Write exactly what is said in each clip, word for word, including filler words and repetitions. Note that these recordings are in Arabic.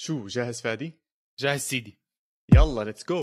شو جاهز فادي؟ جاهز سيدي. يلا ليتس جو.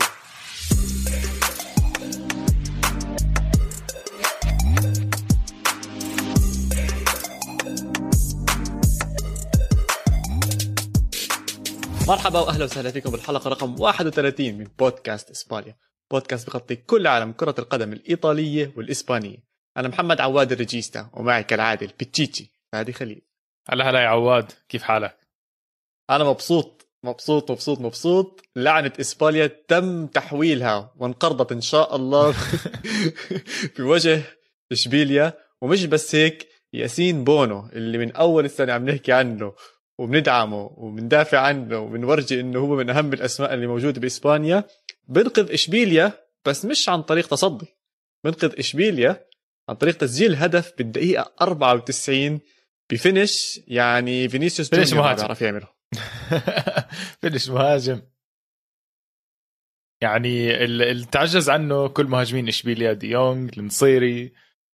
مرحبا واهلا وسهلا فيكم بالحلقه رقم واحد وثلاثين من بودكاست اسبانيا، بودكاست بغطي كل عالم كره القدم الايطاليه والاسبانيه. انا محمد عواد الريجيستا، ومعي كالعاده البيتشيتشي فادي خليل. هلا هلا يا عواد، كيف حالك؟ انا مبسوط مبسوط مبسوط مبسوط. لعنه اسبانيا تم تحويلها وانقرضت ان شاء الله في وجه اشبيليا. ومش بس هيك، ياسين بونو اللي من اول السنه عم نحكي عنه وبندعمه وبندافع عنه وبنورجي انه هو من اهم الاسماء اللي موجوده باسبانيا، بنقذ اشبيليا، بس مش عن طريق تصدي، بنقذ اشبيليا عن طريق تسجيل هدف بالدقيقه أربعة وتسعين بفينش. يعني فينيسيوس جونيور ما بيعرف يعمله. فينش مهاجم، يعني اللي تعجز عنه كل مهاجمين اشبيليا، ديونغ، المصيري،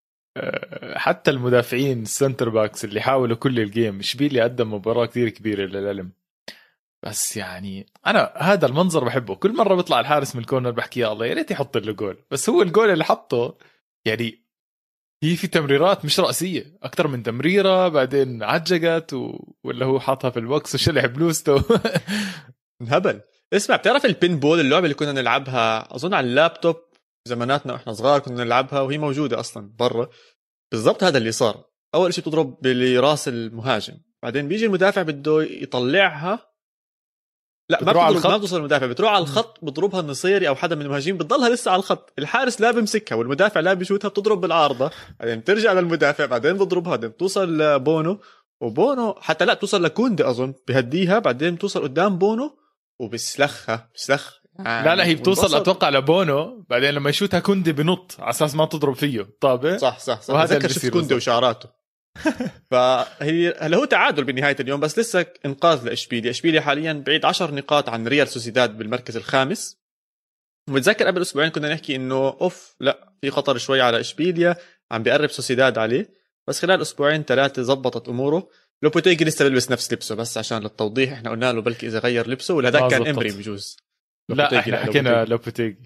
حتى المدافعين السنتر باكس اللي حاولوا كل الجيم. اشبيليا قدم مباراة كتير كبيرة للعلم، بس يعني انا هذا المنظر بحبه. كل مرة بيطلع الحارس من الكورنر بحكي يا الله يا ريت يحط له جول، بس هو الجول اللي حطه يعني هي في تمريرات مش رأسية، أكتر من تمريرة بعدين عجقت و... ولا هو حاطها في البوكس وشلح بلوسته. هبل. اسمع، بتعرف البين بول، اللعبة اللي كنا نلعبها أظن على اللابتوب زماناتنا وإحنا صغار، كنا نلعبها وهي موجودة أصلا برا. بالضبط هذا اللي صار. أول شيء بتضرب براس المهاجم، بعدين بيجي المدافع بده يطلعها، لا ما بتضرب، ما بتوصل المدافع، بتروح على الخط، بضربها النصيري او حدا من المهاجمين، بتضلها لسه على الخط، الحارس لا بمسكها والمدافع لا بيشوتها، بتضرب بالعارضه، بعدين بترجع للمدافع، بعدين بضربها، بعدين بتوصل لبونو، وبونو حتى لا توصل لكوندي اظن بهديها، بعدين بتوصل قدام بونو وبسلخها بسلخ يعني. لا لا هي بتوصل والبصر. اتوقع لبونو، بعدين لما يشوتها كوندي بنط على اساس ما تضرب فيه طابه. صح صح صح، وهذا شفت كوندي وشعراته. فهي هلا هو تعادل بنهايه اليوم، بس لسه انقاذ لاشبيليا. اشبيليا حاليا بعيد عشر نقاط عن ريال سوسيداد بالمركز الخامس. ومتذكر قبل اسبوعين كنا نحكي انه اوف لا في خطر شوي على اشبيليا، عم بيقرب سوسيداد عليه، بس خلال اسبوعين ثلاثه زبطت اموره. لوبوتيجي لسه بيلبس نفس لبسه، بس عشان للتوضيح احنا قلنا له بلكي اذا غير لبسه، ولا هذاك كان امري بجوز. لا احنا حكينا لوبوتيجي.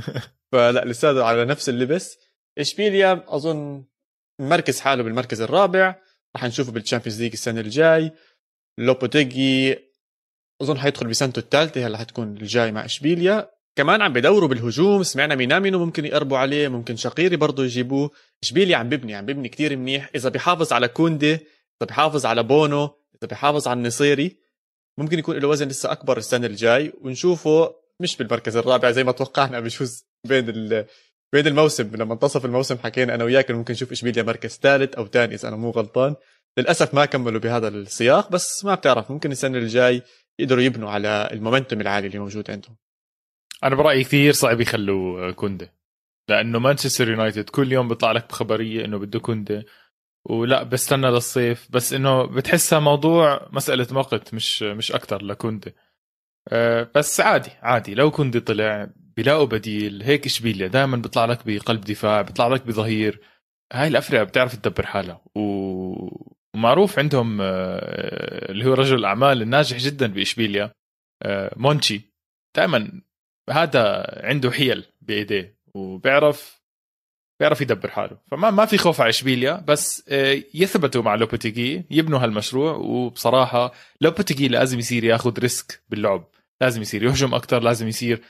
فلا لسه على نفس اللبس. اشبيليا اظن مركز حاله بالمركز الرابع، راح نشوفه بالتشامبيونز ليج السنه الجاي. لوبوتيجي اظن حيدخل بسنته الثالثه، هلا حتكون الجاي مع اشبيليا. كمان عم بدوروا بالهجوم، سمعنا مينامينو ممكن يقربوا عليه، ممكن شقيري برضه يجيبوه. اشبيليا عم ببني عم ببني كتير منيح، اذا بيحافظ على كوندي، اذا بيحافظ على بونو، اذا بيحافظ على النصيري، ممكن يكون له وزن لسه اكبر السنه الجاي، ونشوفه مش بالمركز الرابع زي ما توقعنا، بجوز بين ال بين الموسم لما انتصف الموسم حكينا انا وياك ممكن نشوف اشبيليا مركز ثالث او ثاني اذا انا مو غلطان. للاسف ما كملوا بهذا السياق، بس ما بتعرف ممكن السنه الجاي يقدروا يبنوا على المومنتوم العالي اللي موجود عندهم. انا برايي كثير صعب يخلوا كوندي، لانه مانشستر يونايتد كل يوم بيطلع لك بخبريه انه بده كوندي، ولا بستنى للصيف، بس انه بتحسها موضوع مساله وقت مش مش اكتر لكوندي. أه بس عادي عادي لو كوندي طلع بيلاقوا بديل. هيك اشبيليا دائما بيطلع لك بقلب دفاع، بيطلع لك بظهير. هاي الافرقه بتعرف تدبر حالها، ومعروف عندهم أه اللي هو رجل الاعمال الناجح جدا باشبيليا، أه مونتشي، دائما هذا عنده حيل بايديه وبيعرف بيعرف يدبر حاله. فما ما في خوف على اشبيليا، بس يثبتوا مع لوبوتيجي، يبنوا هالمشروع. وبصراحه لوبوتيجي لازم يصير ياخذ ريسك باللعب، لازم يصير يهجم اكتر، لازم يصير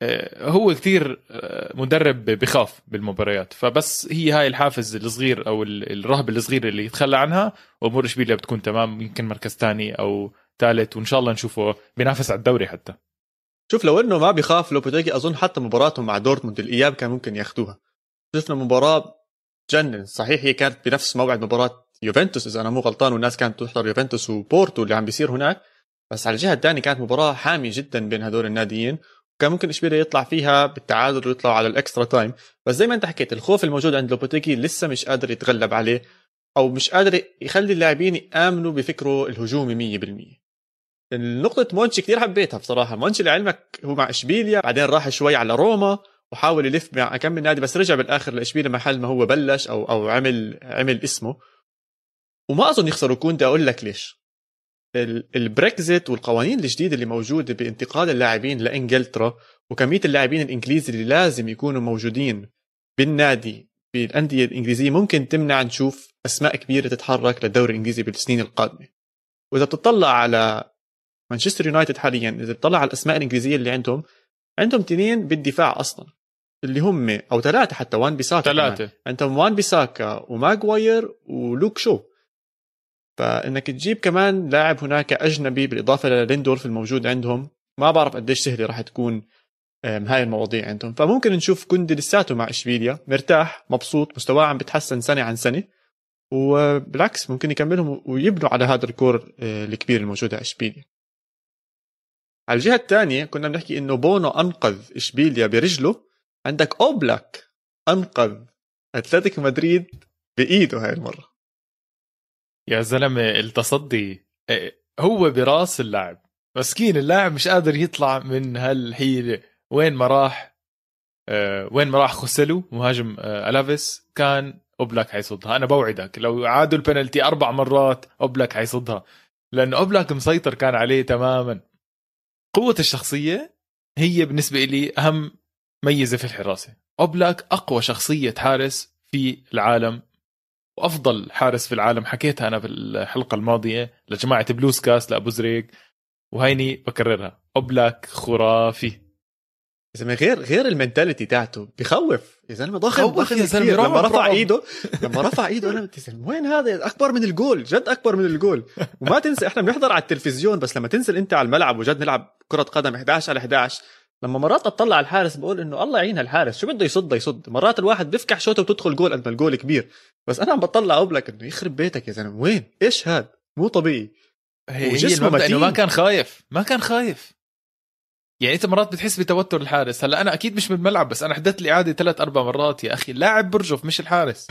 هو كتير مدرب بخاف بالمباريات. فبس هي هاي الحافز الصغير او الرهب الصغير اللي يتخلى عنها، وامور اشبيليا بتكون تمام، يمكن مركز ثاني او ثالث، وان شاء الله نشوفه بينافس على الدوري. حتى شوف لو انه ما بيخاف لوبوتيجي، اظن حتى مباراتهم مع دورتموند الاياب كان ممكن ياخذوها. شفنا مباراة جنن، صحيح هي كانت بنفس موعد مباراة يوفنتوس إذا أنا مو غلطان، والناس كانت تحضر يوفنتوس وبورتو اللي عم بيصير هناك، بس على الجهة الثانية كانت مباراة حامية جدا بين هدول الناديين، وكان ممكن إشبيليا يطلع فيها بالتعادل ويطلعوا على الإكسترا تايم. بس زي ما أنت حكيت، الخوف الموجود عند لوبوتيجي لسه مش قادر يتغلب عليه، أو مش قادر يخلي اللاعبين يآمنوا بفكره الهجومي مية بالمية. النقطة مونشي كتير حبيتها بصراحة. مونشي لعلمك هو مع إشبيليا، بعدين راح شوي على روما وحاول يلف مع كم من نادي، بس رجع بالاخر لاشبيليا محل ما هو بلش او او عمل عمل اسمه. وما اظن يخسروا كوندي. اقول لك ليش. البريكزيت والقوانين الجديدة اللي موجودة بانتقال اللاعبين لإنجلترا وكمية اللاعبين الإنجليزي اللي لازم يكونوا موجودين بالنادي بالأندية الإنجليزية ممكن تمنع نشوف أسماء كبيرة تتحرك للدوري الإنجليزي بالسنين القادمة. وإذا بتطلع على مانشستر يونايتد حاليا، إذا بتطلع على الأسماء الإنجليزية اللي عندهم عندهم تنين بالدفاع أصلا اللي هم أو ثلاثة حتى وان بيساكا ثلاثة عندهم وان بيساكا وماغواير ولوك شو. فإنك تجيب كمان لاعب هناك أجنبي بالإضافة لليندورف الموجود عندهم ما بعرف قديش سهلة راح تكون هاي المواضيع عندهم. فممكن نشوف كوندي لساته مع إشبيليا مرتاح مبسوط مستواه عم بتحسن سنة عن سنة، وبالعكس ممكن يكملهم ويبنوا على هذا الكور الكبير الموجود على إشبيليا. على الجهة الثانية كنا بنحكي إنه بونو أنقذ إشبيليا برجله، عندك أوبلاك أنقذ أتلتيكو مدريد بإيده هاي المرة. يا زلمة التصدي هو براس اللاعب، مسكين اللاعب مش قادر يطلع من هالحيلة. وين ما راح أه وين ما راح خوسيلو مهاجم أه ألافيس كان أوبلاك حيصدها. أنا بوعدك لو عادوا البنالتي أربع مرات أوبلاك حيصدها، لأن أوبلاك مسيطر كان عليه تماما. قوة الشخصية هي بالنسبة لي أهم ميزة في الحراسة. أوبلاك أقوى شخصية حارس في العالم وأفضل حارس في العالم، حكيتها أنا في الحلقة الماضية لجماعة بلوز كاس لأبو زريق وهيني بكررها. أوبلاك خرافي يا زلمه، غير غير المنتاليتي تاعته بخوف يا زلمه، ضخم ضخم يا زلمه. لما رفع ايده لما رفع ايده انا بتسال وين هذا؟ اكبر من الجول، جد اكبر من الجول. وما تنسى احنا بنحضر على التلفزيون، بس لما تنزل انت على الملعب وجد نلعب كره قدم إحدى عشر على إحدى عشر، لما مرات اطلع على الحارس بقول انه الله يعين الحارس شو بده يصد يصد. مرات الواحد بيفكح شوطه وتدخل جول قد ما الجول كبير، بس انا عم بطلع أوبلاك انه يخرب بيتك يا زلمه، وين ايش هاد؟ مو طبيعي. هي المبدأ انه ما كان خايف ما كان خايف يعني انت مرات بتحس بتوتر الحارس. هلا انا اكيد مش بالملعب، بس انا حدثت لي عادي ثلاث اربع مرات يا اخي اللاعب برجف مش الحارس.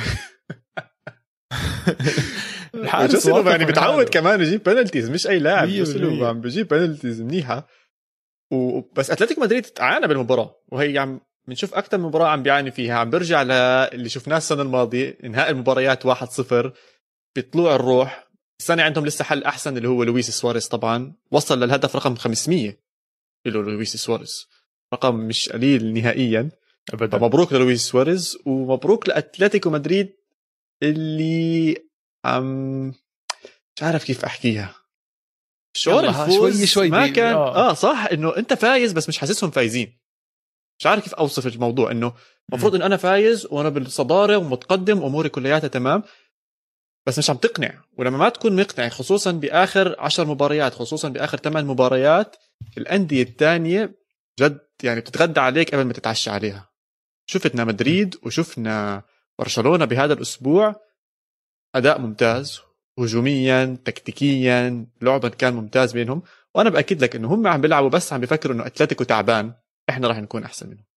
الحارس يعني بتعود كمان يجيب بنالتيز، مش اي لاعب جوسلو عم بيجيب بنالتيز منيحه. وبس اتلتيكو مدريد عانى بالمباراه، وهي عم بنشوف اكثر مباراه عم بيعاني فيها. عم برجع للي شفناه السنه الماضيه، انهاء المباريات واحد صفر بطلوع الروح. السنه عندهم لسه حل احسن اللي هو لويس سواريز، طبعا وصل للهدف رقم خمسمية له لويس سواريز، رقم مش قليل نهائيا ابدا. مبروك لويس سواريز ومبروك لاتلتيكو مدريد اللي عم مش عارف كيف احكيها. شعور الفوز شوي شوي ما كان اه, آه صح انه انت فايز بس مش حاسسهم فايزين. مش عارف كيف اوصف الموضوع، انه مفروض ان انا فايز وانا بالصداره ومتقدم اموري كلياتها تمام، بس مش عم تقنع. ولما ما تكون مقنع خصوصا باخر عشر مباريات، خصوصا باخر ثمان مباريات، الانديه الثانيه جد يعني بتتغدى عليك قبل ما تتعشى عليها. شفتنا مدريد وشفنا برشلونه بهذا الاسبوع، اداء ممتاز هجوميا تكتيكيا، لعبا كان ممتاز بينهم. وانا باكد لك انه هم عم بيلعبوا بس عم بيفكروا انه اتلتيكو تعبان، احنا راح نكون احسن منهم.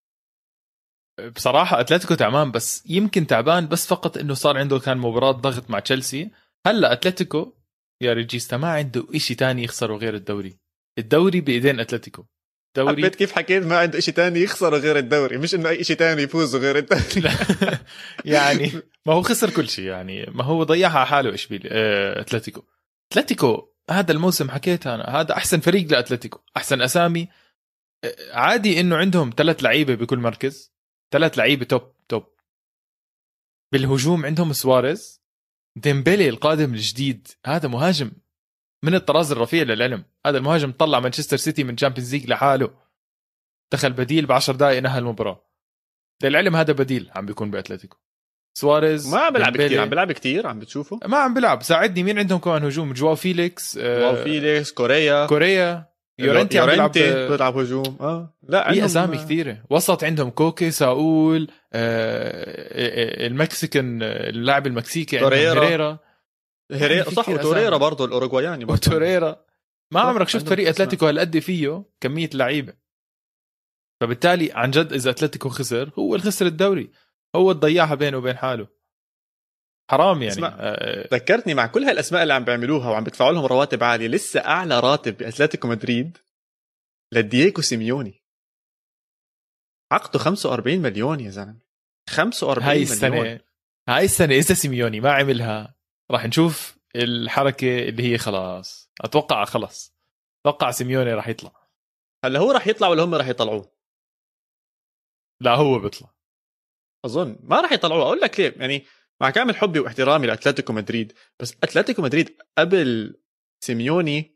بصراحه اتلتيكو تعبان، بس يمكن تعبان بس فقط انه صار عنده كان مباراه ضغط مع تشيلسي. هلا اتلتيكو يا ريجيستا ما عنده إشي تاني يخسره غير الدوري. الدوري بايدين اتلتيكو. دوري حبيت كيف حكيت ما عنده إشي تاني يخسره غير الدوري، مش انه اي إشي تاني يفوزه غير الدوري. يعني ما هو خسر كل شيء، يعني ما هو ضيعها على حاله. ايش بيلي اه اتلتيكو اتلتيكو هذا الموسم حكيت انا هذا احسن فريق لاتلتيكو، احسن اسامي. عادي انه عندهم ثلاث لعيبه بكل مركز، ثلاث لعيبه توب توب. بالهجوم عندهم سواريز، ديمبلي القادم الجديد، هذا مهاجم من الطراز الرفيع للعلم. هذا المهاجم طلع مانشستر سيتي من تشامبيونز ليج لحاله، دخل بديل بعشر دقائق نهى المباراه. للعلم هذا بديل عم بيكون باتلتيكو. سواريز ما عم بيلعب كتير، عم بيلعب كتير عم بتشوفه ما عم بيلعب. ساعدني مين عندهم كمان هجوم؟ جواو فيليكس جواو آه فيليكس كوريا كوريا يورنتي عم بيلعب بيلعب هجوم. اه لا في اسامي كثيره. وسط عندهم كوكي ساول آه المكسيكان اللاعب المكسيكي هيريرا هيريرا صح، وتوريرا برضه الاوروغواياني وتوريرا. ما عمرك شفت فريق اتلتيكو هالقد فيه كميه لعيبه. فبالتالي عن جد اذا اتلتيكو خسر هو اللي خسر الدوري، هو تضيعها بينه وبين حاله. حرام يعني. أه ذكرتني مع كل هالاسماء اللي عم بيعملوها وعم بيدفعوا لهم رواتب عاليه، لسه اعلى راتب باتلتيكو مدريد لدييغو سيميوني، عقده خمسة وأربعين مليون يا زلمه. خمسة وأربعين هاي السنة مليون هاي السنه اذا سيميوني ما عملها راح نشوف الحركه اللي هي خلاص اتوقع خلاص اتوقع سيميوني راح يطلع. هلا هو راح يطلع ولا هم راح يطلعوه؟ لا هو بيطلع اظن ما راح يطلعوه. اقول لك ليه، يعني مع كامل حبي واحترامي لاتلتيكو مدريد، بس اتلتيكو مدريد قبل سيميوني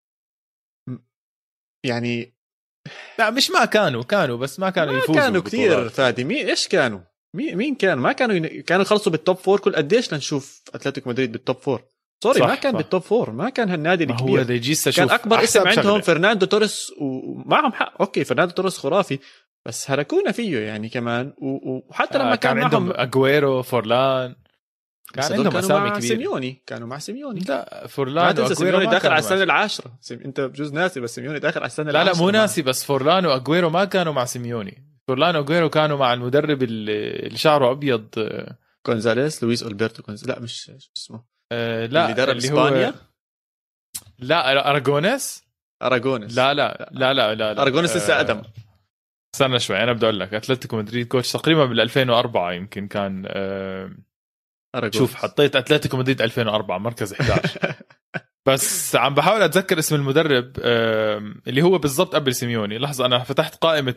يعني لا مش ما كانوا كانوا بس ما كانوا يفوزوا. كانوا كتير فادي. مين ايش كانوا مين مين كانوا ما كانوا ين... كانوا يخلصوا بالتوب فور. كل قديش لنشوف اتلتيكو مدريد بالتوب فور؟ سوري ما كان صح. بالتوب فور ما كان هالنادي الكبير. هو كان اكبر اسم عندهم فرناندو توريس، ومعهم حق اوكي فرناندو توريس خرافي، بس هركونا فيه يعني كمان. وحتى لما آه كان, كان عندهم معهم اجويرو فورلان كان عندهم اسامي كبيره. سيميوني كانوا مع سيميوني. لا فورلان واجويرو سيميوني داخل على السنه العاشرة. انت بجوز ناسي بس سيميوني داخل على السنه لا العاشرة. لا مو ناسي، بس فورلان واجويرو ما كانوا مع سيميوني. فورلان واجويرو كانوا مع المدرب اللي شعره ابيض كونزاليس لويس ألبرتو كونز... لا مش اسمه أه لا اللي درب اسبانيا هو... لا اراغونيس اراغونيس لا لا لا لا لا, لا. اراغونيس لسه اقدم. استنى شوي انا بدي اقول لك. اتلتيكو مدريد كوتش تقريبا بال ألفين وأربعة يمكن كان أه... شوف حطيت اتلتيكو مدريد ألفين وأربعة مركز إحدى عشر بس عم بحاول اتذكر اسم المدرب أه... اللي هو بالضبط قبل سيميوني. لحظه انا فتحت قائمه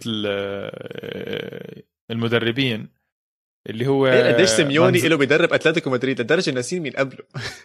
المدربين اللي هو قديش سيميوني منز... له بيدرب اتلتيكو مدريد لدرجه ناسين مين قبله.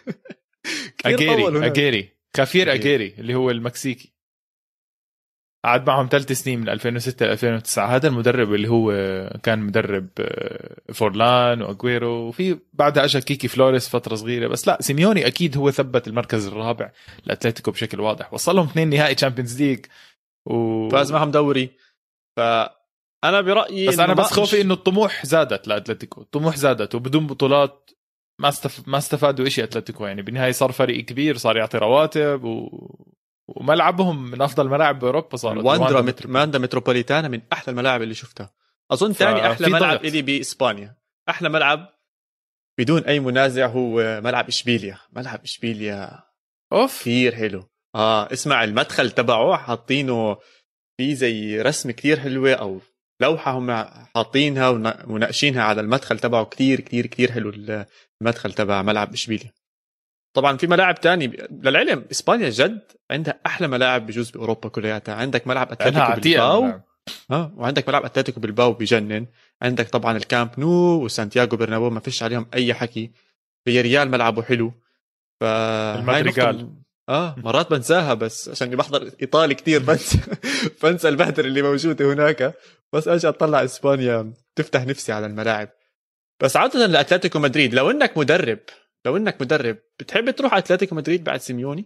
اجيري اجيري خافير اجيري اللي هو المكسيكي قعد معهم ثلاث سنين من ألفين وستة ل ألفين وتسعة. هذا المدرب اللي هو كان مدرب فورلان واجويرو، وفي بعدها اجى كيكي فلوريس فتره صغيره. بس لا سيميوني اكيد هو ثبت المركز الرابع لاتلتيكو بشكل واضح. وصلهم اثنين نهائي تشامبيونز ليج و... فاز معهم دوري. فانا برايي بس انا بس خوفي انه الطموح زادت لاتلتيكو. الطموح زادت وبدون بطولات ما استف... ما استفادوا شيء اتلتيكو. يعني بالنهايه صار فريق كبير، صار يعطي رواتب و... وملعبهم من افضل ملاعب باوروبا. صارت واندرا متر... ماندا متروبوليتانا من احلى الملاعب اللي شفتها. اظن ثاني احلى ملعب الي باسبانيا. احلى ملعب بدون اي منازع هو ملعب اشبيليا. ملعب اشبيليا اوف كثير حلو. اه اسمع المدخل تبعه حاطينه في زي رسم كثير حلوه او لوحه هم حاطينها وناقشينها على المدخل تبعه. كثير كثير كثير حلو المدخل تبع ملعب اشبيليا. طبعا في ملاعب تاني للعلم اسبانيا جد عندها احلى ملاعب بجوز باوروبا كلياتها. عندك ملعب اتلتيكو بالباو اه وعندك ملعب اتلتيكو بالباو بجنن. عندك طبعا الكامب نو وسانتياغو برنابو ما فيش عليهم اي حكي. في ريال ملعبه حلو. ف المدريغال اه مرات بنساها بس عشان بحضر ايطالي كتير بنسى بنسى البهدله اللي موجوده هناك. بس اجي اطلع اسبانيا تفتح نفسي على الملاعب. بس عودة لاتلتيكو مدريد، لو انك مدرب لو انك مدرب بتحب تروح اتلتيكو مدريد بعد سيميوني؟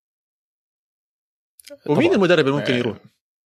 ومين المدرب اللي ممكن يروح؟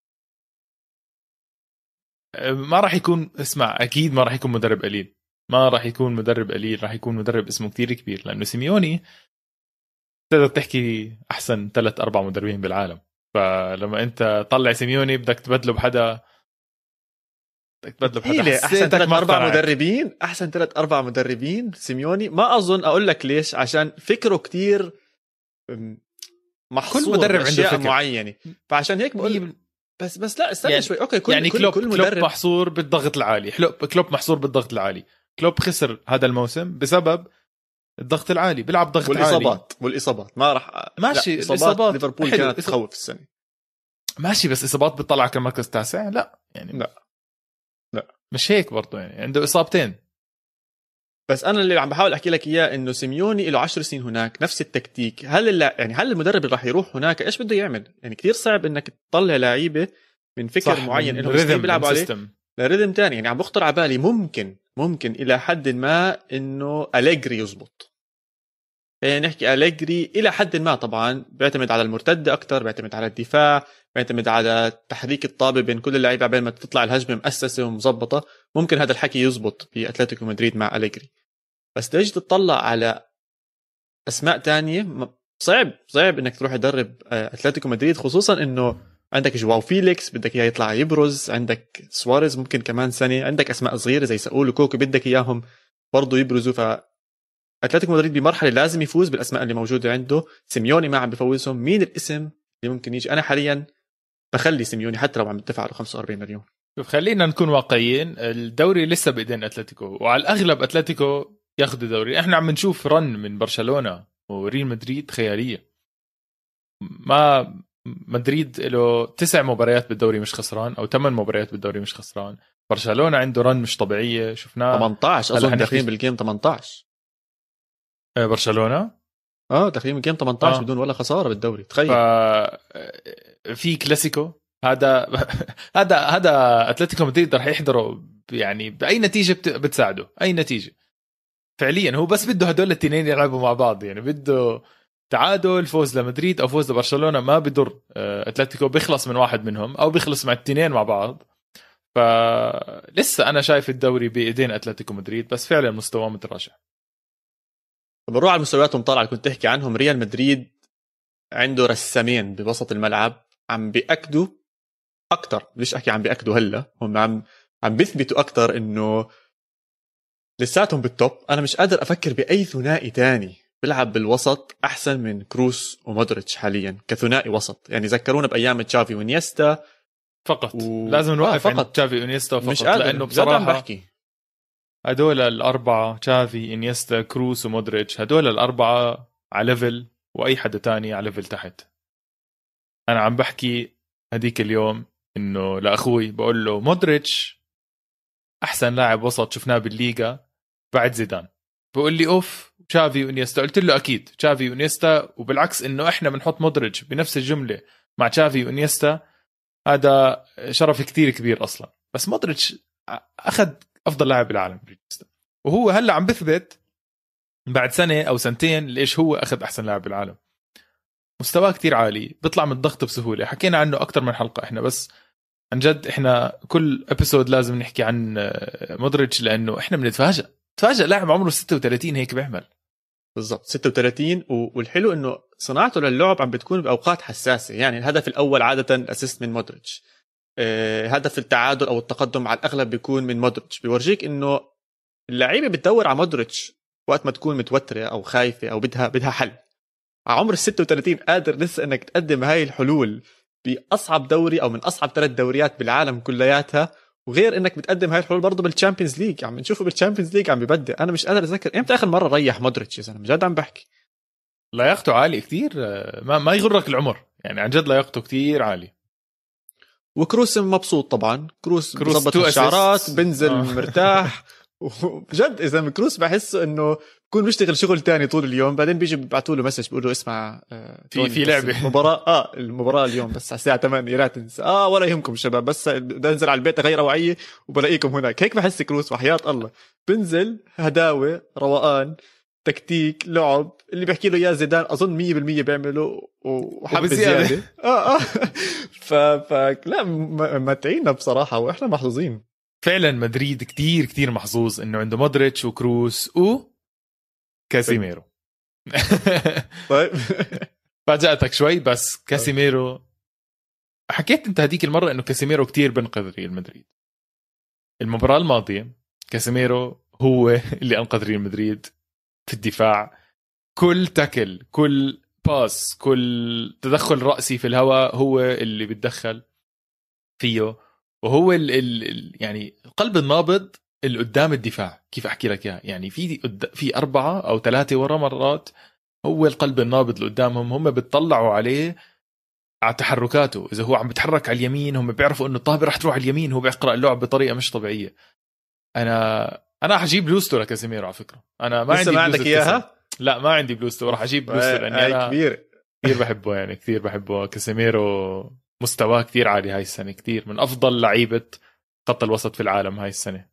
ما راح يكون اسمع اكيد ما راح يكون مدرب قليل. ما راح يكون مدرب قليل، راح يكون مدرب اسمه كتير كبير. لانه سيميوني تقدر تحكي احسن ثلاث اربع مدربين بالعالم. فلما انت طلع سيميوني بدك تبدله بحدا بدك تبدله بحدا احسن ثلاث اربع مدربين. احسن ثلاث اربع مدربين سيميوني ما اظن. اقول لك ليش، عشان فكره كتير محصور. كل مدرب عنده فكره معينه. فعشان هيك بقول بس بس لا استنى يعني شوي. اوكي كل يعني كل, كلوب, كل مدرب كلوب محصور بالضغط العالي. كلوب محصور بالضغط العالي. كلوب خسر هذا الموسم بسبب الضغط العالي. بيلعب ضغط والإصابات. عالي والاصابات ما راح ماشي. الاصابات ليفربول كانت تخوف السنه ماشي. بس اصابات بتطلعك المركز التاسع؟ لا يعني لا لا مش هيك برضو. يعني عنده اصابتين. بس انا اللي عم بحاول احكي لك اياه انه سيميوني له عشر سنين هناك نفس التكتيك. هل يعني هل المدرب اللي راح يروح هناك ايش بده يعمل؟ يعني كتير صعب انك تطلع لعيبه من فكر معين انهم بيلعبوا عليه لريذم تاني. يعني عم بخطر على بالي ممكن ممكن الى حد ما انه أليجري يزبط. يعني نحكي أليجري الى حد ما. طبعا بيعتمد على المرتده اكتر، بيعتمد على الدفاع، بيعتمد على تحريك الطابه بين كل اللعيبه قبل ما تطلع الهجمه مؤسسه ومظبطه. ممكن هذا الحكي يزبط في اتلتيكو مدريد مع أليجري. بس تيجي تطلع على اسماء تانية صعب صعب انك تروح تدرب اتلتيكو مدريد، خصوصا انه عندك جواو فيليكس بدك اياه يطلع يبرز، عندك سواريز ممكن كمان سنه، عندك اسماء صغيره زي ساول وكوكو بدك اياهم برضو يبرزوا. ف اتلتيكو مدريد بمرحله لازم يفوز بالاسماء اللي موجوده عنده. سيميوني ما عم بفوزهم. مين الاسم اللي ممكن يجي؟ انا حاليا بخلي سيميوني حتى لو عم يدفع له خمسة وأربعين مليون. شوف خلينا نكون واقعيين. الدوري لسه بايدين اتلتيكو، وعلى الاغلب اتلتيكو ياخذ الدوري. احنا عم نشوف رن من برشلونه وريال مدريد خياليه. ما مدريد له تسع مباريات بالدوري مش خسران او ثمان مباريات بالدوري مش خسران. برشلونه عنده رن مش طبيعيه شفناه ثمانية عشر اظن داخلين بالجيم ثمانية عشر. برشلونه اه داخلين بالجيم ثمانية عشر آه. بدون ولا خساره بالدوري تخيل. ف... في كلاسيكو هذا هذا هذا اتلتيكو مدريد رح يحضره يعني باي نتيجه بت... بتساعده اي نتيجه فعليا. هو بس بده هدول الاثنين يلعبوا مع بعض يعني بده تعادل فوز لمدريد او فوز لبرشلونه ما بضر. اتلتيكو بيخلص من واحد منهم او بيخلص مع الاثنين مع بعض. فلسه انا شايف الدوري بايدين اتلتيكو مدريد بس فعلا مستواه متراجع. بنروح على المستويات طالع كنت تحكي عنهم. ريال مدريد عنده رسامين بوسط الملعب عم بيأكدوا اكتر. ليش احكي عم بيأكدوا هلا هم عم عم بيثبتوا اكتر انه لساتهم بالتوب. انا مش قادر افكر باي ثنائي تاني بيلعب بالوسط احسن من كروس ومودريتش حاليا كثنائي وسط. يعني ذكرونا بايام تشافي ونيستا فقط و... لازم نوقف آه فقط تشافي ونيستا فقط مش قادر. لانه بصراحه هدول الاربعه تشافي انيستا كروس ومودريتش هدول الاربعه على ليفل واي حدا تاني على ليفل تحت. انا عم بحكي هديك اليوم انه لاخوي بقول له مودريتش احسن لاعب وسط شفناه بالليغا بعد زيدان. بقول لي اوف تشافي وانيستا. قلت له اكيد تشافي وانيستا وبالعكس انه احنا بنحط مودريتش بنفس الجمله مع تشافي وانيستا هذا شرف كتير كبير اصلا. بس مودريتش اخذ افضل لاعب بالعالم وهو هلا عم بثبت بعد سنه او سنتين ليش هو اخذ احسن لاعب بالعالم. مستواه كتير عالي بيطلع من الضغط بسهوله. حكينا عنه اكتر من حلقه احنا بس عن جد احنا كل ابيسود لازم نحكي عن مودريتش لانه احنا بنتفاجئ تفاجئ لاعب عمره ستة وثلاثين هيك بيعمل بالضبط ستة وثلاثين. والحلو انه صناعته للعب عم بتكون باوقات حساسه. يعني الهدف الاول عاده الاسيست من مودريتش. اه هدف التعادل او التقدم على الاغلب بيكون من مودريتش. بيورجيك انه اللعيبه بتدور على مودريتش وقت ما تكون متوتره او خايفه او بدها بدها حل. على عمر ستة وثلاثين قادر لسه انك تقدم هاي الحلول باصعب دوري او من اصعب ثلاث دوريات بالعالم كلياتها. وغير انك بتقدم هاي الحلول برضه بالتشامبيونز ليج. عم نشوفه بالتشامبيونز ليج عم ببدع. انا مش قادر اتذكر امتى اخر مره ريح مودريتش يا زلمه. جد عم بحكي لياقته عالي كتير. ما ما يغرك العمر يعني عن جد لياقته كتير عالي. وكروس مبسوط طبعا. كروس بظبط الشعرات بنزل آه. مرتاح وبجد اذا كروس بحسه انه بكون بيشتغل شغل تاني طول اليوم. بعدين بيجي بيبعتوا له مسج بيقولوا اسمع آه في في لعبه مباراه اه المباراه اليوم بس على الساعه ثمانية لا تنسى. اه ولا يهمكم شباب بس بدي انزل على البيت اغير وعيه وبلاقيكم هناك. هيك بحس كروس وحياة الله. بنزل هداوه روقان تكتيك لعب اللي بيحكي له يا زيدان اظن مية بالمية بيعمله وحب زياده. اه اه ف ف لا متعينا بصراحه واحنا محظوظين فعلا. مدريد كتير كتير محظوظ انه عنده مودريتش وكروس و كاسيميرو. طيب فاجأتك شوي بس كاسيميرو. حكيت انت هديك المره انه كاسيميرو كتير بنقذ ريال مدريد. المباراه الماضيه كاسيميرو هو اللي انقذ ريال مدريد في الدفاع. كل تاكل كل باس كل تدخل رأسي في الهواء هو اللي بيتدخل فيه. وهو ال ال يعني القلب النابض اللي قدام الدفاع. كيف احكي لك اياها يعني في في أربعة أو ثلاثة ورا مرات هو القلب النابض اللي قدامهم. هم بتطلعوا عليه على تحركاته. إذا هو عم بتحرك على اليمين هم بيعرفوا إنه الطابة رح تروح على اليمين. هو بيقرأ اللعب بطريقة مش طبيعية. أنا أنا رح أجيب بلوستو لكاسيميرو على فكرة. أنا ما عندي ما عندك إياها؟ لا ما عندي بلوستو. رح أجيب بلوستو لأني أنا كبير كثير بحبه يعني كثير بحبه. كاسيميرو مستواه كثير عالي هاي السنة. كثير من أفضل لعيبة خط الوسط في العالم هاي السنة.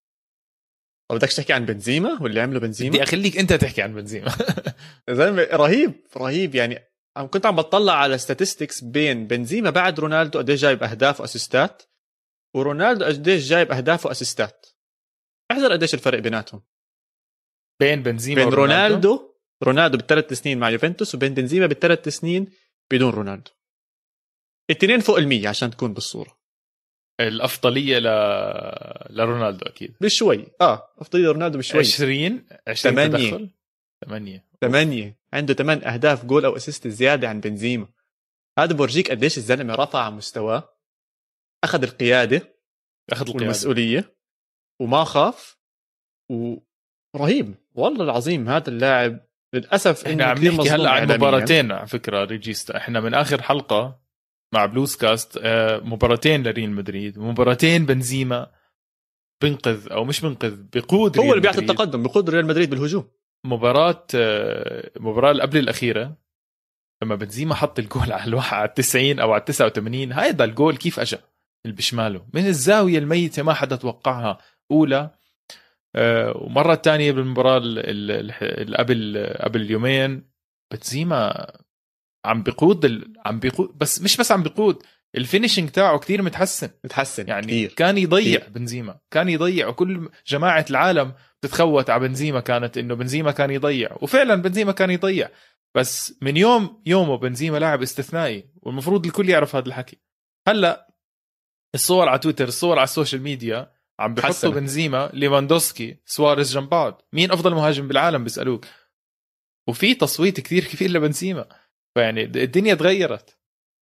بدك تحكي عن بنزيما واللي عمله بنزيما؟ بدي أخليك أنت تحكي عن بنزيما. زلمة رهيب رهيب. يعني كنت عم بطلع على statistics بين بنزيما بعد رونالدو قديش جايب أهداف وأسيستات ورونالدو قديش جايب أهداف وأسيستات. احذر قديش الفرق بيناتهم بين بنزيما بين رونالدو رونالدو بالثلاث سنين مع يوفنتوس وبين بنزيما بالثلاث سنين بدون رونالدو. الاثنين فوق المية عشان تكون بالصورة. الأفضلية ل... لرونالدو أكيد بشوي. آه أفضلية رونالدو بشوي. عشرين عشرين ثمانية تدخل ثمانية ثمانية عنده ثمان أهداف جول أو أسيست زيادة عن بنزيما. هذا بورجيك قديش الزلمة رفع مستواه. أخذ القيادة أخذ القيادة والمسؤولية وما خاف. ورهيب والله العظيم. هذا اللاعب للاسف احنا عم نحكي هلا عن مباراتين على فكره ريجيستا. احنا من اخر حلقه مع بلوز كاست مباراتين لريال مدريد، مباراتين بنزيما بنقذ او مش بنقذ بقود هو اللي بيعطي التقدم، بقود ريال مدريد بالهجوم. مباراه مباراه اللي قبل الاخيره لما بنزيما حط الجول على الواحد على التسعين او على التسعة وثمانين، هيدا الجول كيف اجى اللي بشماله من الزاويه الميته ما حدا توقعها اولى. أه ومره تانية بالمباراه اللي قبل قبل اليومين بنزيما عم بيقود ال... عم بيقود، بس مش بس عم بيقود، الفينيشنج تاعه كتير متحسن متحسن يعني كتير. كان يضيع كتير. بنزيما كان يضيع، وكل جماعه العالم بتتخوت على بنزيما كانت انه بنزيما كان يضيع، وفعلا بنزيما كان يضيع. بس من يوم يومه بنزيما لاعب استثنائي، والمفروض الكل يعرف هذا الحكي. هلا الصور على تويتر، الصور على السوشيال ميديا عم بيحطوا بنزيما ليفاندوسكي سواريز جنب بعض، مين افضل مهاجم بالعالم بيسالوك، وفي تصويت كتير كبير لبنزيما. فيعني الدنيا تغيرت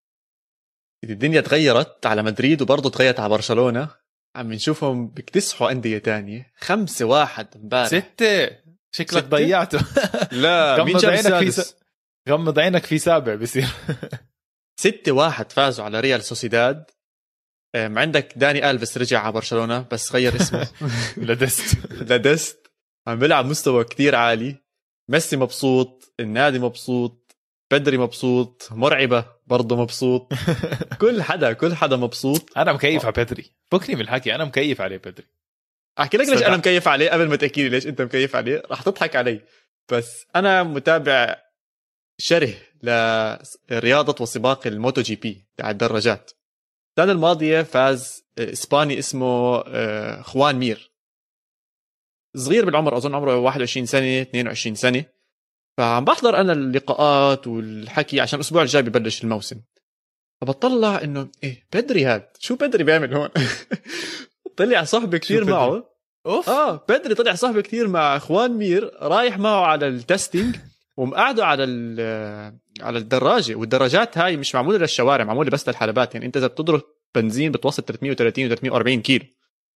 الدنيا تغيرت على مدريد، وبرضه تغيرت على برشلونة. عم نشوفهم بيكتسحوا أندية تانية. خمسة واحد امبارح. ستة شكلك ستة؟ ضيعته. لا مين جاب السادس؟ غمض عينك في سابع بيصير. ستة واحد فازوا على ريال سوسيداد. عندك داني ألفيس رجع على برشلونة بس غير اسمه لدست لدست عم بيلعب مستوى كتير عالي. ميسي مبسوط، النادي مبسوط، بدري مبسوط، مرعبة برضه مبسوط. كل حدا كل حدا مبسوط. أنا مكيف على بدري، فكني من الحكي أنا مكيف عليه بدري. أحكي لك ليش أنا مكيف عليه قبل ما تحكي لي ليش أنت مكيف عليه. رح تضحك علي، بس أنا متابع شره لرياضة وسباق الموتو جي بي تاع الدراجات. السنة الماضية فاز إسباني اسمه خوان مير، صغير بالعمر، أظن عمره واحد وعشرين سنة اثنين وعشرين سنة. فعم بحضر أنا اللقاءات والحكي عشان الأسبوع الجاي ببلش الموسم. فبطلع إنه إيه بدري هاد، شو بدري بيعمل هون؟ طلع صاحبي كتير معه. أوف. آه بدري طلع صاحبي كتير مع خوان مير، رايح معه على التستينج ومقعدوا على على الدراجة. والدراجات هاي مش معمولة للشوارع، معمولة بس للحلبات. يعني أنت إذا بتضرب بنزين بتوصل ثلاثمية وثلاثين و ثلاثمية وأربعين كيلو.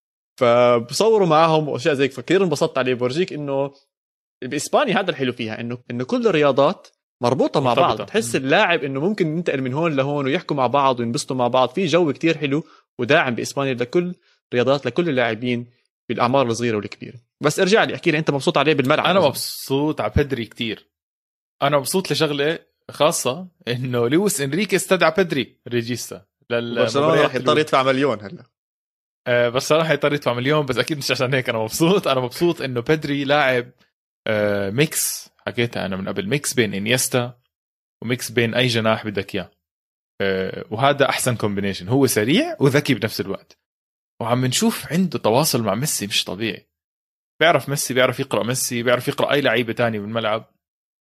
فبصوروا معاهم وأشياء زي فكتير انبسطت عليه. بورجيك إنه بإسبانيا هذا الحلو فيها، إنه إنه كل الرياضات مربوطة مع مرتبطة. بعض. تحس اللاعب إنه ممكن ينتقل من هون لهون ويحكوا مع بعض وينبسطوا مع بعض. في جو كتير حلو وداعم بإسبانيا لكل رياضات، لكل اللاعبين بالأعمار الصغيرة والكبيرة. بس ارجع لي احكي لي أنت مبسوط عليه بالملعب. أنا مبسوط على بدري كتير. أنا مبسوط لشغلة خاصة إنه لويس إنريكي استدعى بدري ريجيستا برشلونة راح يضطر يدفع مليون هلا. أه بس صراحة يضطر يدفع مليون، بس أكيد مش عشان هيك أنا مبسوط. أنا مبسوط إنه بدري لاعب أه ميكس، حكيتها أنا من قبل، ميكس بين إنيستا وميكس بين أي جناح بدك إياه. أه وهذا أحسن كومبينيشن. هو سريع وذكي بنفس الوقت، وعم نشوف عنده تواصل مع ميسي مش طبيعي. بيعرف ميسي، بيعرف يقرأ ميسي، بيعرف يقرأ أي لعيبة تاني بالملعب.